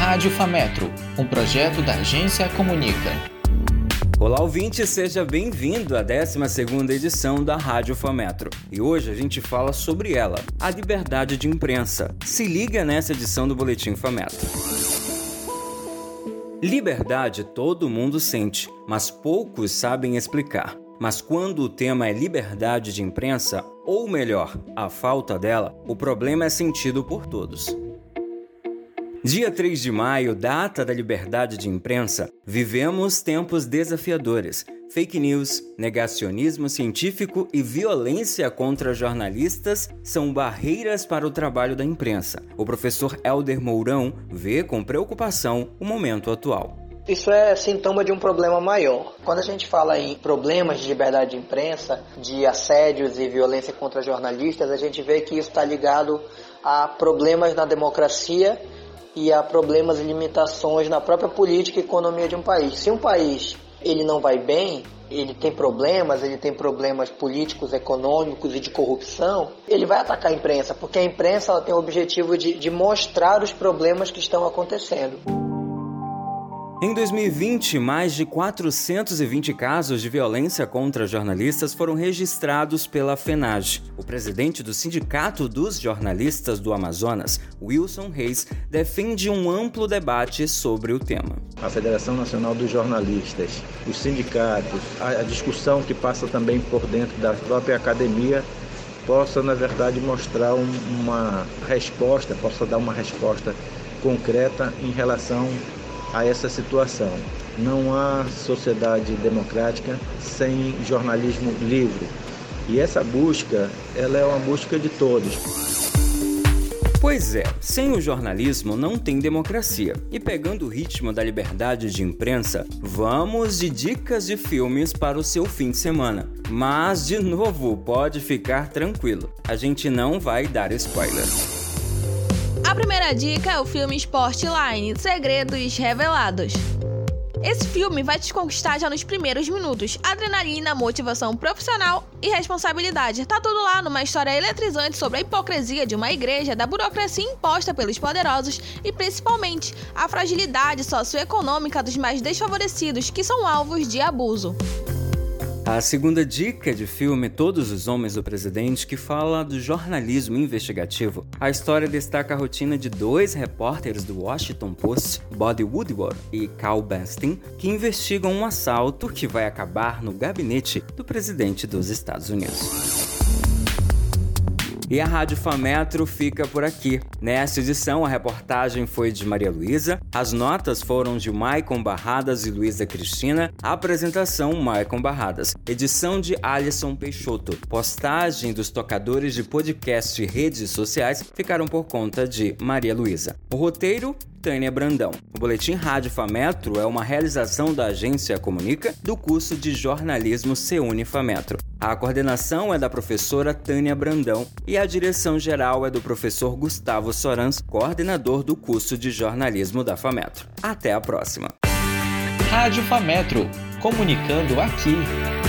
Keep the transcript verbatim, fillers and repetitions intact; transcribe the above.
Rádio Fametro, um projeto da Agência Comunica. Olá, ouvinte, seja bem-vindo à décima segunda edição da Rádio Fametro. E hoje a gente fala sobre ela, a liberdade de imprensa. Se liga nessa edição do Boletim Fametro. Liberdade todo mundo sente, mas poucos sabem explicar. Mas quando o tema é liberdade de imprensa, ou melhor, a falta dela, o problema é sentido por todos. Dia três de maio, data da liberdade de imprensa, vivemos tempos desafiadores. Fake news, negacionismo científico e violência contra jornalistas são barreiras para o trabalho da imprensa. O professor Helder Mourão vê com preocupação o momento atual. Isso é sintoma de um problema maior. Quando a gente fala em problemas de liberdade de imprensa, de assédios e violência contra jornalistas, a gente vê que isso está ligado a problemas na democracia e a problemas e limitações na própria política e economia de um país. Se um país ele não vai bem, ele tem problemas, ele tem problemas políticos, econômicos e de corrupção, ele vai atacar a imprensa, porque a imprensa ela tem o objetivo de, de mostrar os problemas que estão acontecendo. Em dois mil e vinte, mais de quatrocentos e vinte casos de violência contra jornalistas foram registrados pela FENAGE. O presidente do Sindicato dos Jornalistas do Amazonas, Wilson Reis, defende um amplo debate sobre o tema. A Federação Nacional dos Jornalistas, os sindicatos, a discussão que passa também por dentro da própria academia, possa, na verdade, mostrar um, uma resposta, possa dar uma resposta concreta em relação a essa situação. Não há sociedade democrática sem jornalismo livre. E essa busca, ela é uma busca de todos. Pois é, sem o jornalismo não tem democracia. E pegando o ritmo da liberdade de imprensa, vamos de dicas de filmes para o seu fim de semana. Mas, de novo, pode ficar tranquilo, a gente não vai dar spoiler. A primeira dica é o filme Sportline, Segredos Revelados. Esse filme vai te conquistar já nos primeiros minutos. Adrenalina, motivação profissional e responsabilidade. Tá tudo lá numa história eletrizante sobre a hipocrisia de uma igreja, da burocracia imposta pelos poderosos e, principalmente, a fragilidade socioeconômica dos mais desfavorecidos, que são alvos de abuso. A segunda dica de filme Todos os Homens do Presidente, que fala do jornalismo investigativo. A história destaca a rotina de dois repórteres do Washington Post, Bob Woodward e Carl Bernstein, que investigam um assalto que vai acabar no gabinete do presidente dos Estados Unidos. E a Rádio Fametro fica por aqui. Nesta edição, a reportagem foi de Maria Luísa, as notas foram de Maicon Barradas e Luísa Cristina, a apresentação Maicon Barradas, edição de Alisson Peixoto, postagem dos tocadores de podcast e redes sociais ficaram por conta de Maria Luísa. O roteiro, Tânia Brandão. O Boletim Rádio Fametro é uma realização da Agência Comunica do curso de jornalismo CUNY Fametro. A coordenação é da professora Tânia Brandão e a direção-geral é do professor Gustavo Sorans, coordenador do curso de jornalismo da Fametro. Até a próxima. Rádio Fametro, comunicando aqui.